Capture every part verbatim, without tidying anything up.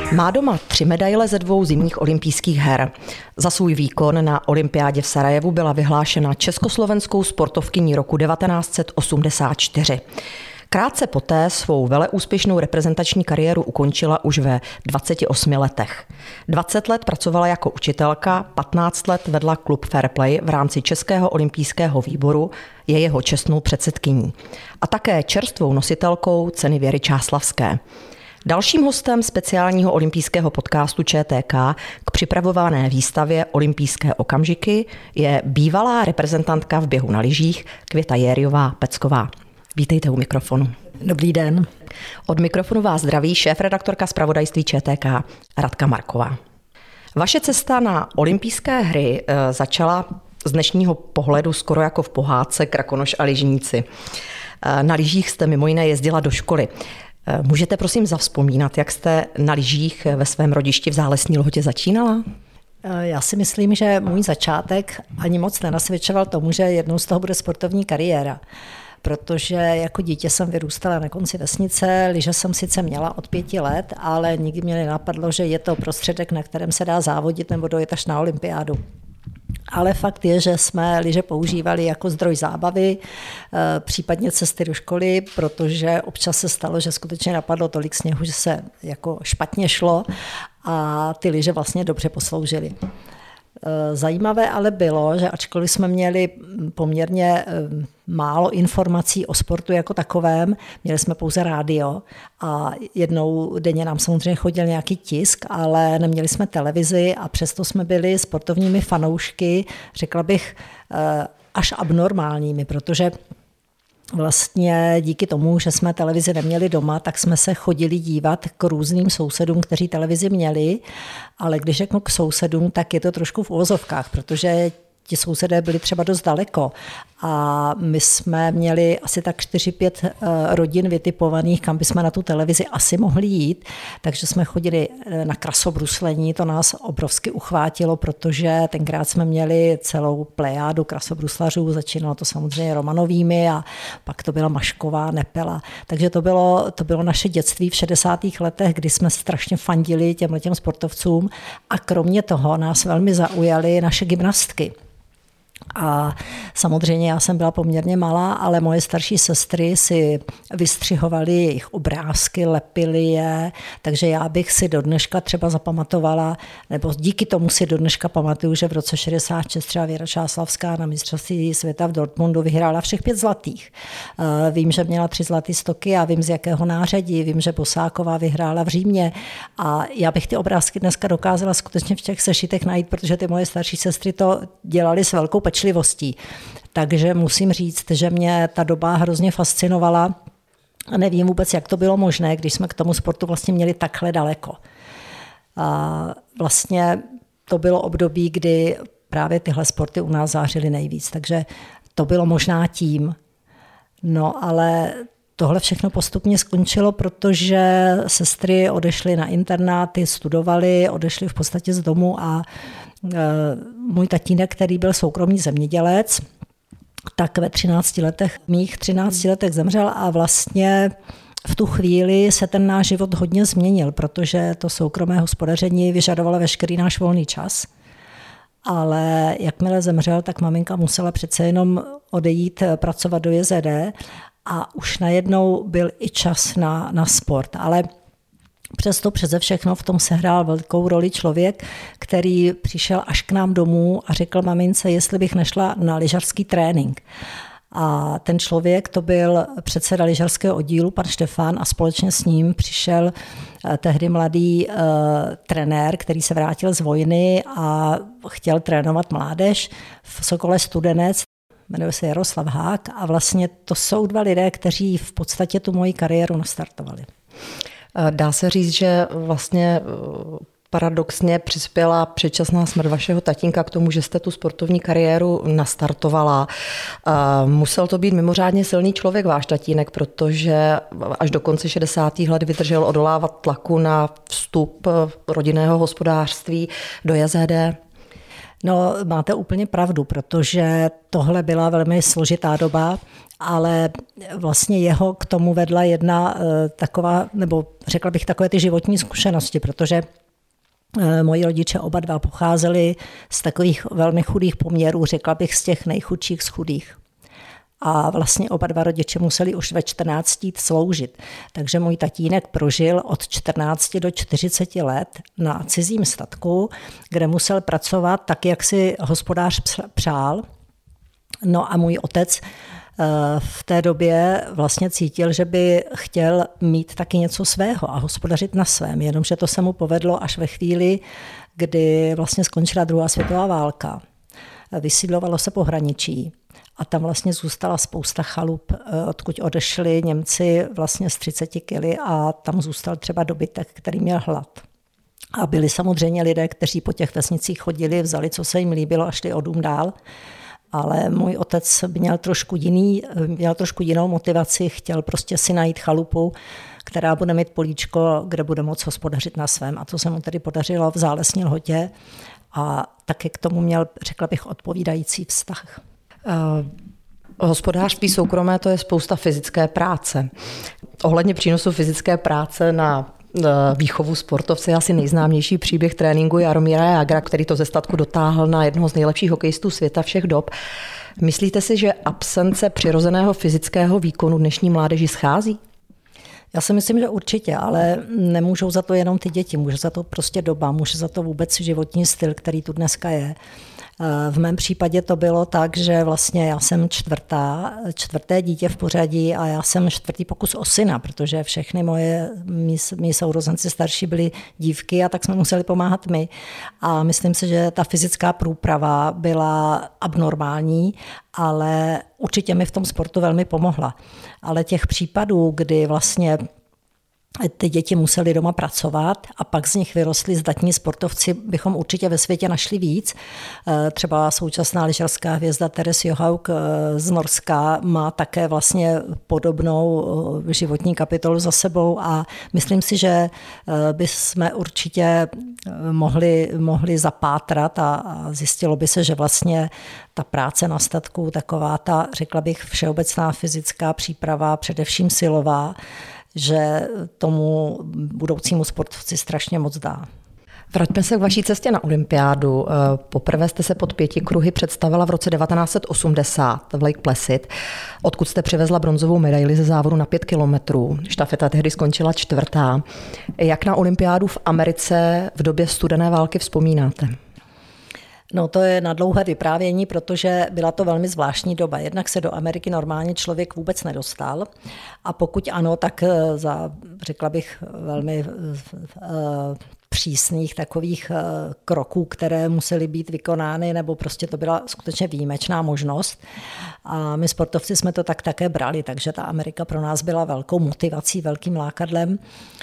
Má doma tři medaile ze dvou zimních olympijských her. Za svůj výkon na olympiádě v Sarajevu byla vyhlášena československou sportovkyní roku devatenáct set osmdesát čtyři. Krátce poté svou veleúspěšnou reprezentační kariéru ukončila už ve dvaceti osmi letech. dvacet let pracovala jako učitelka, patnáct let vedla klub Fair Play v rámci Českého olympijského výboru, je jeho čestnou předsedkyní. A také čerstvou nositelkou ceny Věry Čáslavské. Dalším hostem speciálního olympijského podcastu Č T K k připravované výstavě Olympijské okamžiky je bývalá reprezentantka v běhu na lyžích Květa Jériová-Pecková. Vítejte u mikrofonu. Dobrý den. Od mikrofonu vás zdraví šéfredaktorka zpravodajství Č T K Radka Marková. Vaše cesta na olympijské hry začala z dnešního pohledu skoro jako v pohádce Krakonoš a lyžníci. Na lyžích jste mimo jiné jezdila do školy. Můžete prosím zavzpomínat, jak jste na lyžích ve svém rodišti v Zálesní Lhotě začínala? Já si myslím, že můj začátek ani moc nenasvědčoval tomu, že jednou z toho bude sportovní kariéra. Protože jako dítě jsem vyrůstala na konci vesnice, lyže jsem sice měla od pěti let, ale nikdy mě nenapadlo, že je to prostředek, na kterém se dá závodit nebo dojet až na olympiádu. Ale fakt je, že jsme lyže používali jako zdroj zábavy, případně cesty do školy, protože občas se stalo, že skutečně napadlo tolik sněhu, že se jako špatně šlo a ty lyže vlastně dobře posloužily. Zajímavé ale bylo, že ačkoliv jsme měli poměrně málo informací o sportu jako takovém, měli jsme pouze rádio a jednou denně nám samozřejmě chodil nějaký tisk, ale neměli jsme televizi a přesto jsme byli sportovními fanoušky, řekla bych, až abnormálními, protože vlastně díky tomu, že jsme televizi neměli doma, tak jsme se chodili dívat k různým sousedům, kteří televizi měli, ale když řeknu k sousedům, tak je to trošku v uvozovkách, protože ti sousedé byli třeba dost daleko a my jsme měli asi tak čtyři pět rodin vytipovaných, kam bychom na tu televizi asi mohli jít, takže jsme chodili na krasobruslení, to nás obrovsky uchvátilo, protože tenkrát jsme měli celou plejádu krasobruslařů, začínalo to samozřejmě Romanovými a pak to byla Mašková, Nepela, takže to bylo, to bylo naše dětství v šedesátých letech, kdy jsme strašně fandili těmhletěm sportovcům a kromě toho nás velmi zaujaly naše gymnastky. A samozřejmě já jsem byla poměrně malá, ale moje starší sestry si vystřihovaly jejich obrázky, lepily je, takže já bych si do dneška třeba zapamatovala, nebo díky tomu si do dneška pamatuju, že v roce šedesát šest třeba Věra Čáslavská na mistrovství světa v Dortmundu vyhrála všech pět zlatých. Vím, že měla tři zlatý stoky a vím, z jakého nářadí, vím, že Bosáková vyhrála v Římě a já bych ty obrázky dneska dokázala skutečně v těch sešitech najít, protože ty moje starší sestry to dělaly s velkou pečlivostí. Takže musím říct, že mě ta doba hrozně fascinovala a nevím vůbec, jak to bylo možné, když jsme k tomu sportu vlastně měli takhle daleko. A vlastně to bylo období, kdy právě tyhle sporty u nás zářily nejvíc, takže to bylo možná tím. No ale tohle všechno postupně skončilo, protože sestry odešly na internáty, studovaly, odešly v podstatě z domu a můj tatínek, který byl soukromý zemědělec, tak ve třinácti letech, mých třinácti letech zemřel a vlastně v tu chvíli se ten náš život hodně změnil, protože to soukromé hospodaření vyžadovalo veškerý náš volný čas. Ale jakmile zemřel, tak maminka musela přece jenom odejít pracovat do J Z D a už najednou byl i čas na, na sport. Ale přesto přeze všechno v tom sehrál velkou roli člověk, který přišel až k nám domů a řekl mamince, jestli bych nešla na lyžařský trénink. A ten člověk to byl předseda lyžařského oddílu, pan Štefán, a společně s ním přišel tehdy mladý uh, trenér, který se vrátil z vojny a chtěl trénovat mládež v Sokole Studenec. Jmenuje se Jaroslav Hák a vlastně to jsou dva lidé, kteří v podstatě tu moji kariéru nastartovali. Dá se říct, že vlastně paradoxně přispěla předčasná smrt vašeho tatínka k tomu, že jste tu sportovní kariéru nastartovala. Musel to být mimořádně silný člověk, váš tatínek, protože až do konce šedesátých let vydržel odolávat tlaku na vstup rodinného hospodářství do J Z D. No, máte úplně pravdu, protože tohle byla velmi složitá doba, ale vlastně jeho k tomu vedla jedna taková, nebo řekla bych takové ty životní zkušenosti, protože moji rodiče oba dva pocházeli z takových velmi chudých poměrů, řekla bych z těch nejchudších z chudých. A vlastně oba dva rodiče museli už ve čtrnácti jít sloužit. Takže můj tatínek prožil od čtrnácti do čtyřiceti let na cizím statku, kde musel pracovat tak, jak si hospodář přál. No a můj otec v té době vlastně cítil, že by chtěl mít taky něco svého a hospodařit na svém, jenomže to se mu povedlo až ve chvíli, kdy vlastně skončila druhá světová válka. Vysídlovalo se pohraničí a tam vlastně zůstala spousta chalup, odkud odešli Němci vlastně z třiceti kily a tam zůstal třeba dobytek, který měl hlad. A byli samozřejmě lidé, kteří po těch vesnicích chodili, vzali, co se jim líbilo a šli o dům dál. Ale můj otec měl trošku, jiný, měl trošku jinou motivaci, chtěl prostě si najít chalupu, která bude mít políčko, kde bude moct hospodařit na svém. A to se mu tedy podařilo v Zálesní Lhotě a taky k tomu měl, řekla bych, odpovídající vztah. Uh, hospodářství soukromé, to je spousta fyzické práce. Ohledně přínosu fyzické práce na výchovu sportovce je asi nejznámější příběh tréninku Jaromíra Jágra, který to ze statku dotáhl na jednoho z nejlepších hokejistů světa všech dob. Myslíte si, že absence přirozeného fyzického výkonu dnešní mládeži schází? Já si myslím, že určitě, ale nemůžou za to jenom ty děti, může za to prostě doba, může za to vůbec životní styl, který tu dneska je. V mém případě to bylo tak, že vlastně já jsem čtvrtá, čtvrté dítě v pořadí a já jsem čtvrtý pokus o syna, protože všechny moje mý sourozenci starší byly dívky a tak jsme museli pomáhat my. A myslím si, že ta fyzická průprava byla abnormální, ale určitě mi v tom sportu velmi pomohla. Ale těch případů, kdy vlastně ty děti museli doma pracovat a pak z nich vyrostli zdatní sportovci, bychom určitě ve světě našli víc. Třeba současná lyžařská hvězda Teres Johaug z Norska má také vlastně podobnou životní kapitolu za sebou a myslím si, že bychom určitě mohli, mohli zapátrat a zjistilo by se, že vlastně ta práce na statku, taková ta, řekla bych, všeobecná fyzická příprava, především silová, že tomu budoucímu sportovci strašně moc dá. Vraťme se k vaší cestě na olympiádu. Poprvé jste se pod pěti kruhy představila v roce devatenáct set osmdesát v Lake Placid, odkud jste přivezla bronzovou medaili ze závodu na pět kilometrů. Štafeta tehdy skončila čtvrtá. Jak na olympiádu v Americe v době studené války vzpomínáte? No to je na dlouhé vyprávění, protože byla to velmi zvláštní doba. Jednak se do Ameriky normálně člověk vůbec nedostal a pokud ano, tak za, řekla bych, velmi přísných takových kroků, které musely být vykonány, nebo prostě to byla skutečně výjimečná možnost. A my sportovci jsme to tak také brali, takže ta Amerika pro nás byla velkou motivací, velkým lákadlem.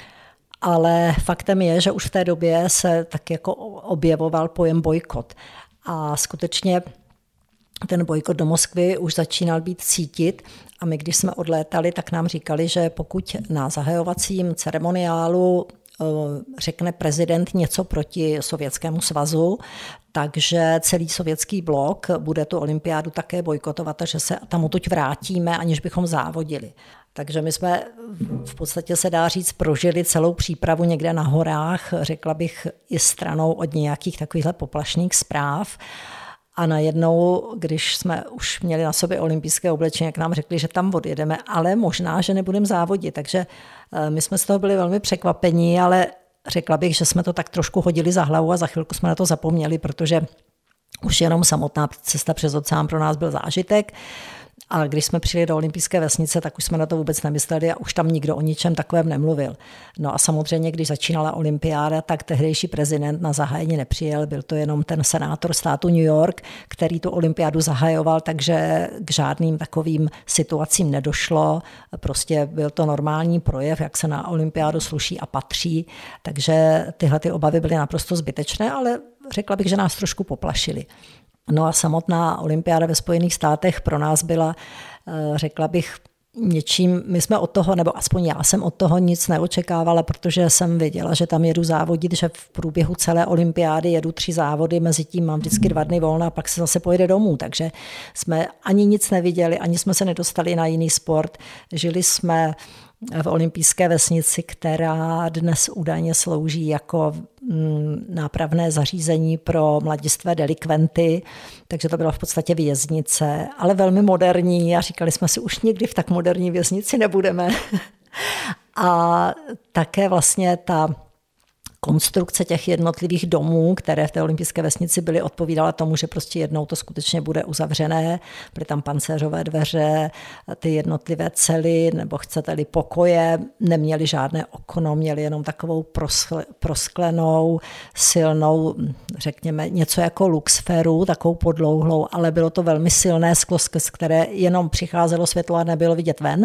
Ale faktem je, že už v té době se tak jako objevoval pojem bojkot. A skutečně ten bojkot do Moskvy už začínal být cítit. A my, když jsme odlétali, tak nám říkali, že pokud na zahajovacím ceremoniálu řekne prezident něco proti Sovětskému svazu, takže celý sovětský blok bude tu olympiádu také bojkotovat a že se tam odtud vrátíme, aniž bychom závodili. Takže my jsme v podstatě, se dá říct, prožili celou přípravu někde na horách, řekla bych i stranou od nějakých takovýchhle poplašných zpráv. A najednou, když jsme už měli na sobě olympijské oblečení, jak nám řekli, že tam odjedeme, ale možná, že nebudeme závodit. Takže my jsme z toho byli velmi překvapení, ale řekla bych, že jsme to tak trošku hodili za hlavu a za chvilku jsme na to zapomněli, protože už jenom samotná cesta přes oceán pro nás byl zážitek. A když jsme přijeli do olympijské vesnice, tak už jsme na to vůbec nemysleli a už tam nikdo o ničem takovém nemluvil. No a samozřejmě, když začínala olympiáda, tak tehdejší prezident na zahájení nepřijel, byl to jenom ten senátor státu New York, který tu olympiádu zahajoval, takže k žádným takovým situacím nedošlo. Prostě byl to normální projev, jak se na olympiádu sluší a patří, takže tyhle ty obavy byly naprosto zbytečné, ale řekla bych, že nás trošku poplašily. No a samotná olympiáda ve Spojených státech pro nás byla, řekla bych, něčím, my jsme od toho, nebo aspoň já jsem od toho nic neočekávala, protože jsem věděla, že tam jedu závodit, že v průběhu celé olympiády jedu tři závody, mezi tím mám vždycky dva dny volna a pak se zase pojede domů, takže jsme ani nic neviděli, ani jsme se nedostali na jiný sport. Žili jsme v olympijské vesnici, která dnes údajně slouží jako nápravné zařízení pro mladistvé delikventy, takže to byla v podstatě věznice, ale velmi moderní a říkali jsme si, už nikdy v tak moderní věznici nebudeme. A také vlastně ta konstrukce těch jednotlivých domů, které v té olympijské vesnici byly, odpovídala tomu, že prostě jednou to skutečně bude uzavřené. Byly tam pancéřové dveře, ty jednotlivé cely, nebo chcete-li pokoje, neměly žádné okno, měly jenom takovou proskle, prosklenou, silnou, řekněme, něco jako luxferu, takovou podlouhlou, ale bylo to velmi silné sklo, z které jenom přicházelo světlo a nebylo vidět ven.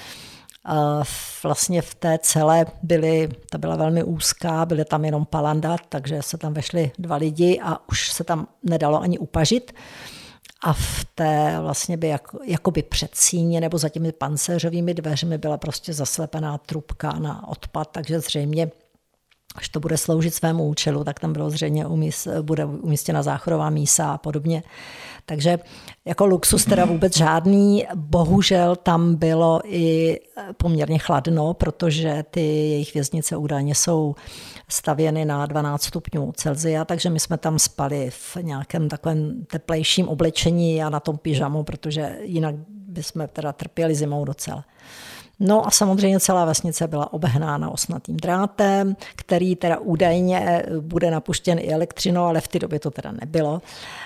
Vlastně v té cele byly, ta byla velmi úzká, byly tam jenom palanda, takže se tam vešli dva lidi a už se tam nedalo ani upažit. A v té vlastně by jako, jakoby předsíně nebo za těmi pancéřovými dveřmi byla prostě zaslepená trubka na odpad, takže zřejmě, až to bude sloužit svému účelu, tak tam bylo zřejmě umíst, bude umístěna záchodová mísa a podobně. Takže jako luxus teda vůbec žádný. Bohužel tam bylo i poměrně chladno, protože ty jejich věznice údajně jsou stavěny na dvanáct stupňů Celsia, takže my jsme tam spali v nějakém takovém teplejším oblečení a na tom pyžamu, protože jinak bychom teda trpěli zimou docela. No a samozřejmě celá vesnice byla obehnána osnatým drátem, který teda údajně bude napuštěn i elektřinou, ale v té době to teda nebylo.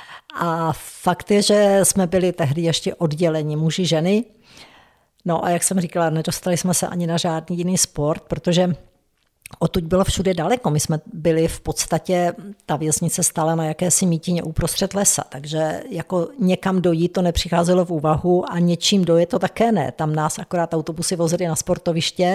A fakt je, že jsme byli tehdy ještě odděleni muži, ženy. No a jak jsem říkala, nedostali jsme se ani na žádný jiný sport, protože odtud bylo všude daleko. My jsme byli v podstatě, ta věznice stála na jakési mítině uprostřed lesa, takže jako někam dojít to nepřicházelo v úvahu a něčím dojet to také ne. Tam nás akorát autobusy vozily na sportoviště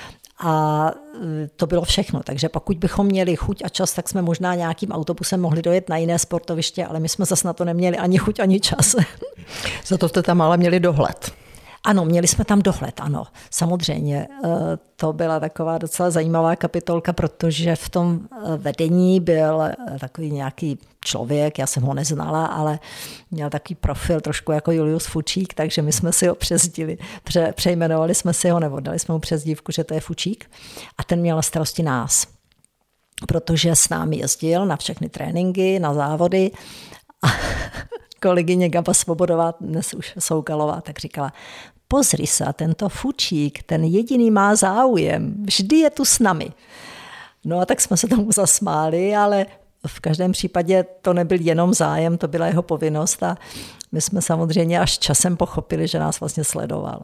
a to bylo všechno. Takže pokud bychom měli chuť a čas, tak jsme možná nějakým autobusem mohli dojet na jiné sportoviště, ale my jsme zase na to neměli ani chuť, ani čas. Za to jste tam ale měli dohled. Ano, měli jsme tam dohled, ano, samozřejmě. To byla taková docela zajímavá kapitolka, protože v tom vedení byl takový nějaký člověk, já jsem ho neznala, ale měl takový profil trošku jako Julius Fučík, takže my jsme si ho přezdili, pře, přejmenovali jsme si ho, nebo dali jsme mu přezdívku, že to je Fučík. A ten měl na starosti nás, protože s námi jezdil na všechny tréninky, na závody a kolegyně Gaba Svobodová, dnes už Soukalová, tak říkala, pozri se, tento Fučík, ten jediný má záujem, vždy je tu s námi. No a tak jsme se tomu zasmáli, ale v každém případě to nebyl jenom zájem, to byla jeho povinnost a my jsme samozřejmě až časem pochopili, že nás vlastně sledoval.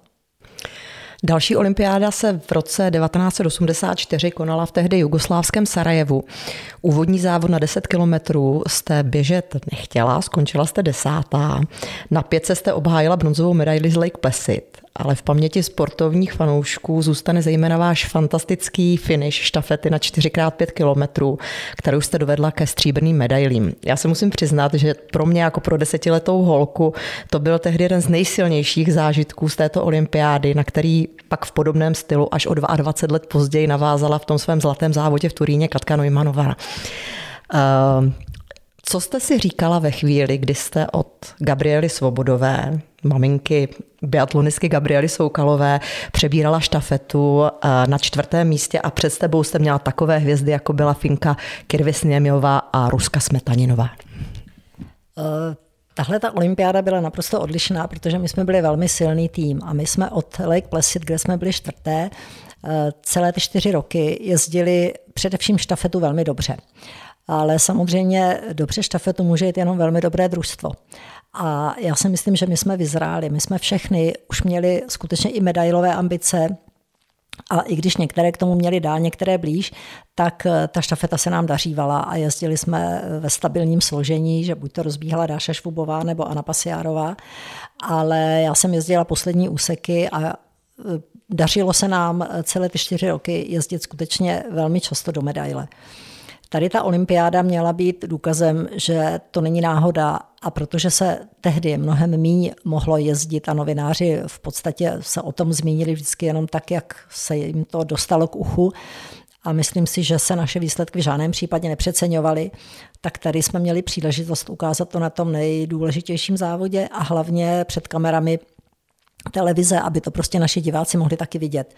Další olympiáda se v roce devatenáct set osmdesát čtyři konala v tehdy jugoslávském Sarajevu. Úvodní závod na deset kilometrů jste běžet nechtěla, skončila jste desátá. Na pětce jste obhájila bronzovou medaili z Lake Placid, ale v paměti sportovních fanoušků zůstane zejména váš fantastický finish štafety na čtyři krát pět kilometrů, kterou jste dovedla ke stříbrným medailím. Já se musím přiznat, že pro mě jako pro desetiletou holku to byl tehdy jeden z nejsilnějších zážitků z této olympiády, na který pak v podobném stylu až o dvacet dva let později navázala v tom svém zlatém závodě v Turíně Katka Neumannová. Uh, co jste si říkala ve chvíli, kdy jste od Gabriely Svobodové, maminky biatlonistky Gabriely Soukalové, přebírala štafetu na čtvrtém místě a před tebou jste měla takové hvězdy, jako byla Finka Kirvesniemiová a Ruska Smetaninová? Uh. Tahle ta olympiáda byla naprosto odlišná, protože my jsme byli velmi silný tým a my jsme od Lake Placid, kde jsme byli čtvrté, celé ty čtyři roky jezdili především štafetu velmi dobře. Ale samozřejmě dobře štafetu může jít jenom velmi dobré družstvo. A já si myslím, že my jsme vyzráli. My jsme všechny už měli skutečně i medailové ambice, a i když některé k tomu měli dál, některé blíž, tak ta štafeta se nám dařívala a jezdili jsme ve stabilním složení, že buď to rozbíhala Dáša Švubová nebo Anna Pasiárová, ale já jsem jezdila poslední úseky a dařilo se nám celé ty čtyři roky jezdit skutečně velmi často do medaile. Tady ta olympiáda měla být důkazem, že to není náhoda a protože se tehdy mnohem míň mohlo jezdit a novináři v podstatě se o tom zmínili vždycky jenom tak, jak se jim to dostalo k uchu a myslím si, že se naše výsledky v žádném případě nepřeceňovaly, tak tady jsme měli příležitost ukázat to na tom nejdůležitějším závodě a hlavně před kamerami televize, aby to prostě naši diváci mohli taky vidět.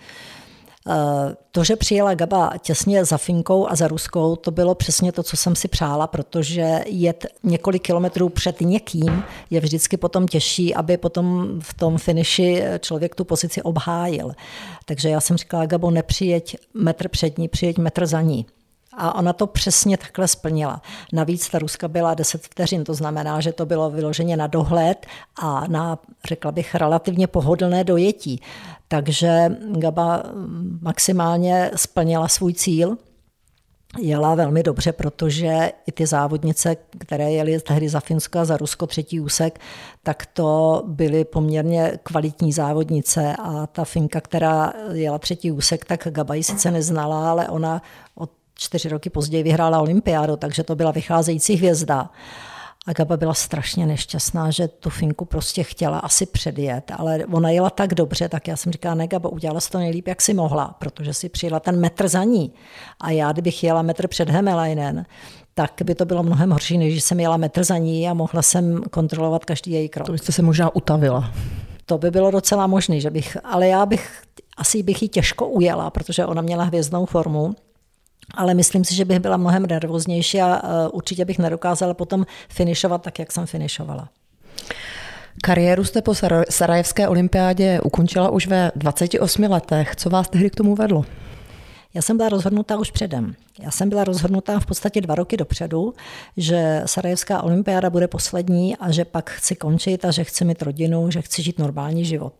To, že přijela Gaba těsně za Finkou a za Ruskou, to bylo přesně to, co jsem si přála, protože jet několik kilometrů před někým je vždycky potom těžší, aby potom v tom finiši člověk tu pozici obhájil. Takže já jsem říkala, Gabo, nepřijeď metr před ní, přijeď metr za ní. A ona to přesně takhle splnila. Navíc ta Ruska byla deset vteřin, to znamená, že to bylo vyloženě na dohled a na, řekla bych, relativně pohodlné dojetí. Takže Gaba maximálně splnila svůj cíl. Jela velmi dobře, protože i ty závodnice, které jeli tehdy za Finsko a za Rusko třetí úsek, tak to byly poměrně kvalitní závodnice a ta Finka, která jela třetí úsek, tak Gaba ji sice neznala, ale ona od čtyři roky později vyhrála olympiádu, takže to byla vycházející hvězda. A Gaba byla strašně nešťastná, že tu Finku prostě chtěla asi předjet, ale ona jela tak dobře, tak já jsem říkala, ne Gabo, udělala jsi to nejlíp, jak si mohla, protože si přijela ten metr za ní. A já, kdybych jela metr před Hämäläinen, tak by to bylo mnohem horší, než když jsem jela metr za ní a mohla jsem kontrolovat každý její krok. To byste se možná utavila. To by bylo docela možné, že bych, ale já bych, asi bych ji těžko ujela, protože ona měla hvězdnou formu. Ale myslím si, že bych byla mnohem nervóznější a určitě bych nedokázala potom finišovat tak, jak jsem finišovala. Kariéru jste po sarajevské olympiádě ukončila už ve dvaceti osmi letech. Co vás tehdy k tomu vedlo? Já jsem byla rozhodnutá už předem. Já jsem byla rozhodnutá v podstatě dva roky dopředu, že sarajevská olympiáda bude poslední a že pak chci končit a že chci mít rodinu, že chci žít normální život.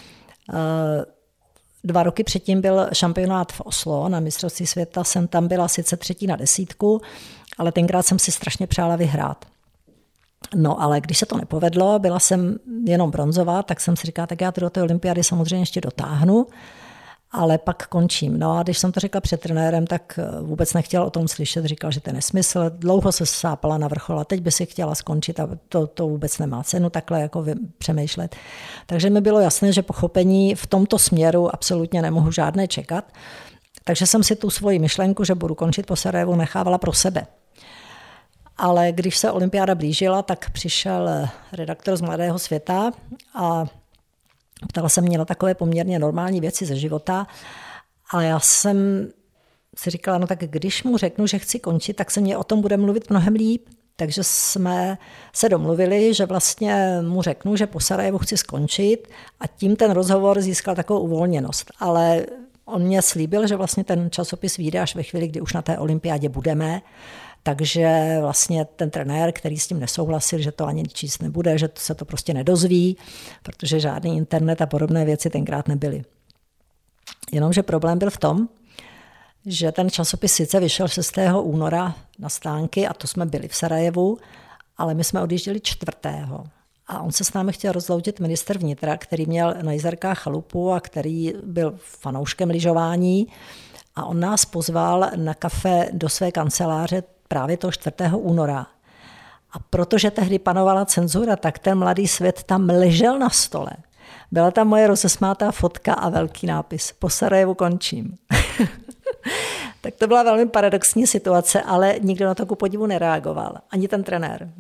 Dva roky předtím byl šampionát v Oslo na mistrovství světa, jsem tam byla sice třetí na desítku, ale tenkrát jsem si strašně přála vyhrát. No ale když se to nepovedlo, byla jsem jenom bronzová, tak jsem si říkala, tak já to do té olympiády samozřejmě ještě dotáhnu, ale pak končím. No a když jsem to řekla před trenérem, tak vůbec nechtěl o tom slyšet, říkal, že to je nesmysl, dlouho se sápala na vrchol a teď by si chtěla skončit a to, to vůbec nemá cenu takhle jako přemýšlet. Takže mi bylo jasné, že pochopení v tomto směru absolutně nemohu žádné čekat, takže jsem si tu svoji myšlenku, že budu končit po Sarajevu, nechávala pro sebe. Ale když se olympiáda blížila, tak přišel redaktor z Mladého světa a ptala se mě na takové poměrně normální věci ze života a já jsem si říkala, no tak když mu řeknu, že chci končit, tak se mě o tom bude mluvit mnohem líp. Takže jsme se domluvili, že vlastně mu řeknu, že po Sarajevu chci skončit a tím ten rozhovor získal takovou uvolněnost. Ale on mě slíbil, že vlastně ten časopis vyjde až ve chvíli, kdy už na té olympiádě budeme. Takže vlastně ten trenér, který s tím nesouhlasil, že to ani číst nebude, že se to prostě nedozví, protože žádný internet a podobné věci tenkrát nebyly. Jenomže problém byl v tom, že ten časopis sice vyšel šestého února na stánky a to jsme byli v Sarajevu, ale my jsme odjížděli čtvrtého A on se s námi chtěl rozloučit ministr vnitra, který měl na Jizerkách chalupu a který byl fanouškem lyžování. A on nás pozval na kafe do své kanceláře právě toho čtvrtého února. A protože tehdy panovala cenzura, tak ten mladý svět tam ležel na stole. Byla tam moje rozesmátá fotka a velký nápis. Po Sarajevu končím. Tak to byla velmi paradoxní situace, ale nikdo na to ku podivu nereagoval. Ani ten trenér.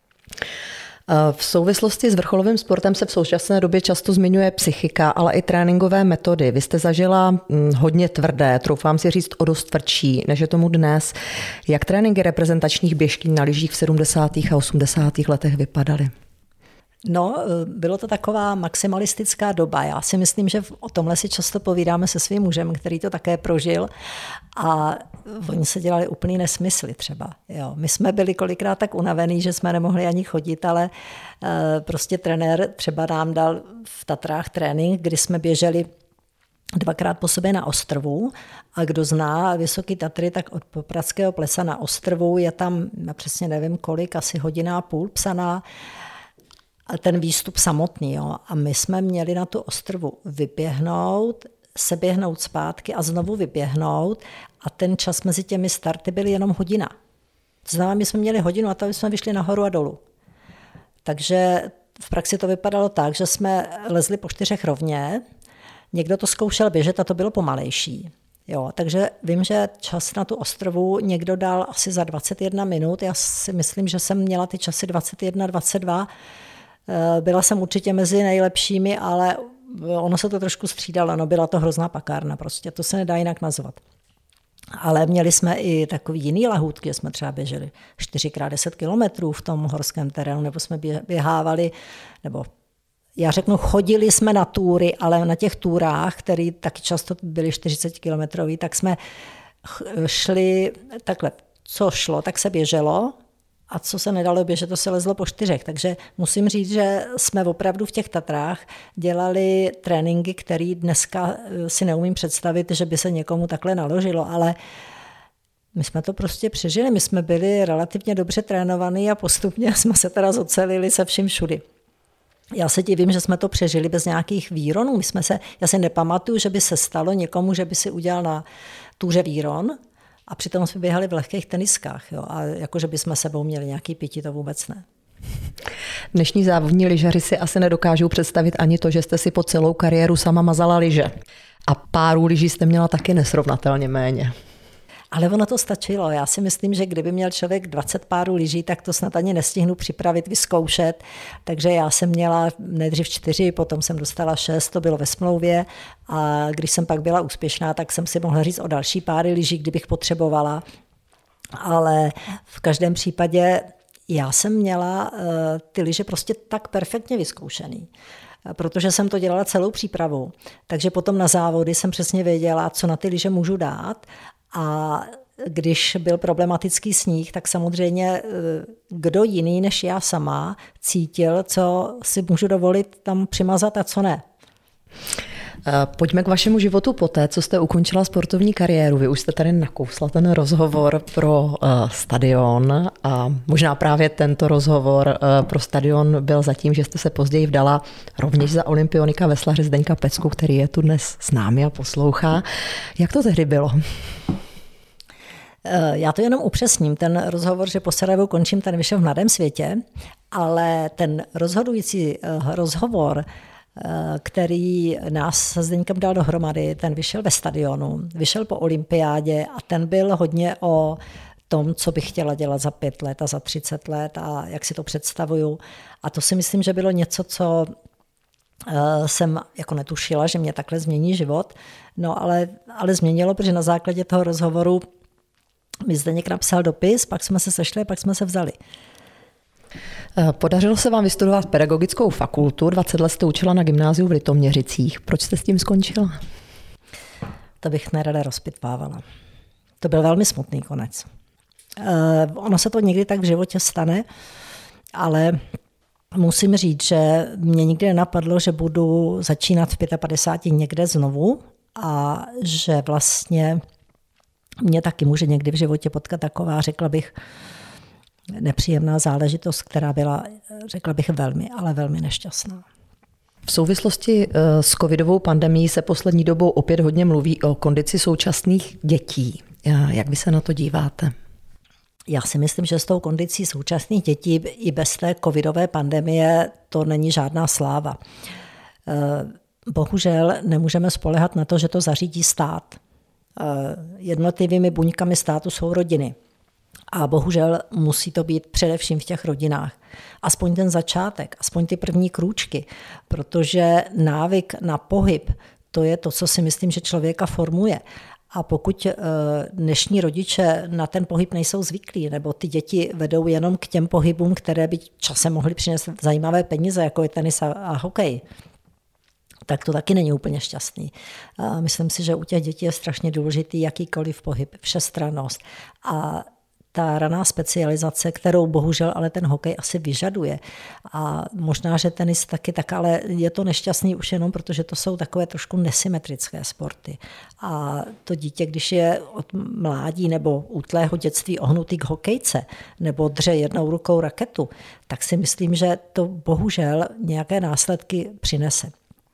V souvislosti s vrcholovým sportem se v současné době často zmiňuje psychika, ale i tréninkové metody. Vy jste zažila hodně tvrdé, troufám si říct o dost tvrdší, než je tomu dnes. Jak tréninky reprezentačních běžkyň na lyžích v sedmdesátých a osmdesátých letech vypadaly? No, bylo to taková maximalistická doba. Já si myslím, že o tomhle si často povídáme se svým mužem, který to také prožil a oni se dělali úplný nesmysly třeba. Jo. My jsme byli kolikrát tak unavený, že jsme nemohli ani chodit, ale prostě trenér třeba nám dal v Tatrách trénink, kdy jsme běželi dvakrát po sobě na Ostrvu a kdo zná Vysoký Tatry, tak od Popradského plesa na Ostrvu je tam, já přesně nevím kolik, asi hodina a půl psaná, ten výstup samotný. Jo. A my jsme měli na tu Ostrvu vyběhnout, se běhnout zpátky a znovu vyběhnout a ten čas mezi těmi starty byl jenom hodina. To znamená, my jsme měli hodinu a tam jsme vyšli nahoru a dolů. Takže v praxi to vypadalo tak, že jsme lezli po čtyřech rovně, někdo to zkoušel běžet a to bylo pomalejší. Jo, takže vím, že čas na tu ostrovu někdo dal asi za dvacet jedna minut. Já si myslím, že jsem měla ty časy dvacet jedna, dvacet dva. Byla jsem určitě mezi nejlepšími, ale ono se to trošku střídalo. No, byla to hrozná pakárna, prostě to se nedá jinak nazvat. Ale měli jsme i takový jiný lahůdky, jsme třeba běželi čtyři krát deset kilometrů v tom horském terénu, nebo jsme běhávali, nebo já řeknu, chodili jsme na túry, ale na těch túrách, které taky často byly čtyřicet kilometrový, tak jsme šli takhle, co šlo, tak se běželo a co se nedalo běžet, to se lezlo po čtyřech. Takže musím říct, že jsme opravdu v těch Tatrách dělali tréninky, které dneska si neumím představit, že by se někomu takhle naložilo, ale my jsme to prostě přežili. My jsme byli relativně dobře trénovaní a postupně jsme se teda zocelili se vším všudy. Já se divím, že jsme to přežili bez nějakých výronů. My jsme se, já si nepamatuju, že by se stalo někomu, že by si udělal na túře výron a přitom jsme běhali v lehkých teniskách. Jo? A jakože bychom sebou měli nějaký pití, to vůbec ne. Dnešní závodní lyžaři si asi nedokážou představit ani to, že jste si po celou kariéru sama mazala lyže. A párů lyží jste měla taky nesrovnatelně méně. Ale ono to stačilo. Já si myslím, že kdyby měl člověk dvacet párů lyží, tak to snad ani nestihnu připravit, vyzkoušet. Takže já jsem měla nejdřív čtyři, potom jsem dostala šest, to bylo ve smlouvě. A když jsem pak byla úspěšná, tak jsem si mohla říct o další páry lyží, kdybych potřebovala. Ale v každém případě já jsem měla uh, ty lyže prostě tak perfektně vyzkoušený, protože jsem to dělala celou přípravu. Takže potom na závody jsem přesně věděla, co na ty lyže můžu dát. A když byl problematický sníh, tak samozřejmě kdo jiný než já sama cítil, co si můžu dovolit tam přimazat a co ne. Pojďme k vašemu životu poté, co jste ukončila sportovní kariéru. Vy už jste tady nakousla ten rozhovor pro uh, Stadion a možná právě tento rozhovor uh, pro Stadion byl zatím, že jste se později vdala rovněž za olympionika veslaře Zdeňka Pecku, který je tu dnes s námi a poslouchá. Jak to tehdy bylo? Já to jenom upřesním. Ten rozhovor, že po Sarajevu končím, ten vyšel v Mladém světě, ale ten rozhodující rozhovor, který nás se Zdeňkem dal dohromady, ten vyšel ve Stadionu, vyšel po olympiádě a ten byl hodně o tom, co bych chtěla dělat za pět let a za třicet let a jak si to představuju. A to si myslím, že bylo něco, co jsem jako netušila, že mě takhle změní život. No ale, ale změnilo, protože na základě toho rozhovoru mi Zdeněk napsal dopis, pak jsme se sešli, pak jsme se vzali. Podařilo se vám vystudovat pedagogickou fakultu, dvacet let jste učila na gymnáziu v Litoměřicích. Proč jste s tím skončila? To bych nerada rozpitvávala. To byl velmi smutný konec. Ono se to někdy tak v životě stane, ale musím říct, že mě nikdy nenapadlo, že budu začínat v padesát pěti někde znovu a že vlastně mě taky může někdy v životě potkat taková, řekla bych, nepříjemná záležitost, která byla, řekla bych, velmi, ale velmi nešťastná. V souvislosti s covidovou pandemií se poslední dobou opět hodně mluví o kondici současných dětí. Jak vy se na to díváte? Já si myslím, že s tou kondicí současných dětí i bez té covidové pandemie to není žádná sláva. Bohužel nemůžeme spoléhat na to, že to zařídí stát. Jednotlivými buňkami státu jsou rodiny. A bohužel musí to být především v těch rodinách. Aspoň ten začátek, aspoň ty první krůčky, protože návyk na pohyb, to je to, co si myslím, že člověka formuje. A pokud dnešní rodiče na ten pohyb nejsou zvyklí, nebo ty děti vedou jenom k těm pohybům, které by časem mohly přinést zajímavé peníze, jako je tenis a hokej, tak to taky není úplně šťastný. Myslím si, že u těch dětí je strašně důležitý jakýkoliv pohyb, všestrannost. A ta raná specializace, kterou bohužel ale ten hokej asi vyžaduje. A možná, že tenis taky tak, ale je to nešťastný už jenom, protože to jsou takové trošku nesymetrické sporty. A to dítě, když je od mládí nebo útlého dětství ohnutý k hokejce nebo dře jednou rukou raketu, tak si myslím, že to bohužel nějaké následky přinese.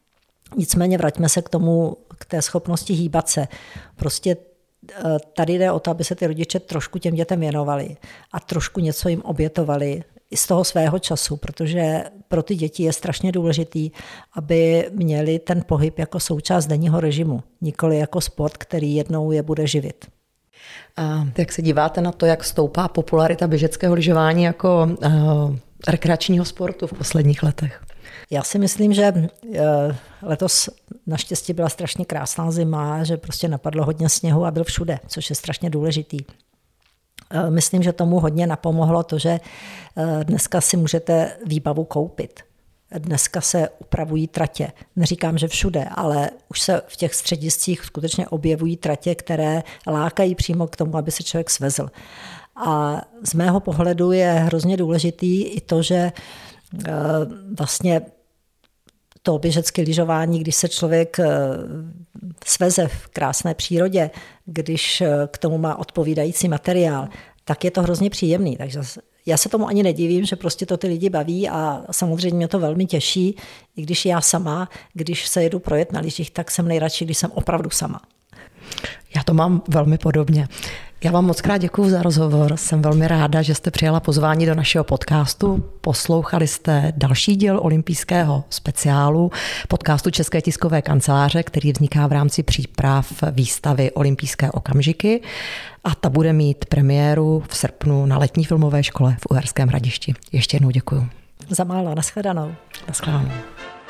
Nicméně vraťme se k tomu, k té schopnosti hýbat se. Prostě tady jde o to, aby se ty rodiče trošku těm dětem věnovali a trošku něco jim obětovali i z toho svého času, protože pro ty děti je strašně důležitý, aby měli ten pohyb jako součást denního režimu, nikoli jako sport, který jednou je bude živit. A jak se díváte na to, jak stoupá popularita běžeckého lyžování jako uh, rekreačního sportu v posledních letech? Já si myslím, že letos naštěstí byla strašně krásná zima, že prostě napadlo hodně sněhu a byl všude, což je strašně důležitý. Myslím, že tomu hodně napomohlo to, že dneska si můžete výbavu koupit. Dneska se upravují tratě. Neříkám, že všude, ale už se v těch střediscích skutečně objevují tratě, které lákají přímo k tomu, aby se člověk svezl. A z mého pohledu je hrozně důležitý i to, že vlastně to běžecké lyžování, když se člověk sveze v krásné přírodě, když k tomu má odpovídající materiál, tak je to hrozně příjemný. Takže já se tomu ani nedivím, že prostě to ty lidi baví a samozřejmě mě to velmi těší, i když já sama, když se jedu projet na lyžích, tak jsem nejradši, když jsem opravdu sama. Já to mám velmi podobně. Já vám moc krát děkuju za rozhovor. Jsem velmi ráda, že jste přijala pozvání do našeho podcastu. Poslouchali jste další díl olympijského speciálu podcastu České tiskové kanceláře, který vzniká v rámci příprav výstavy Olympijské okamžiky a ta bude mít premiéru v srpnu na letní filmové škole v Uherském Hradišti. Ještě jednou děkuju. Za málo, nashledanou. Nashledanou.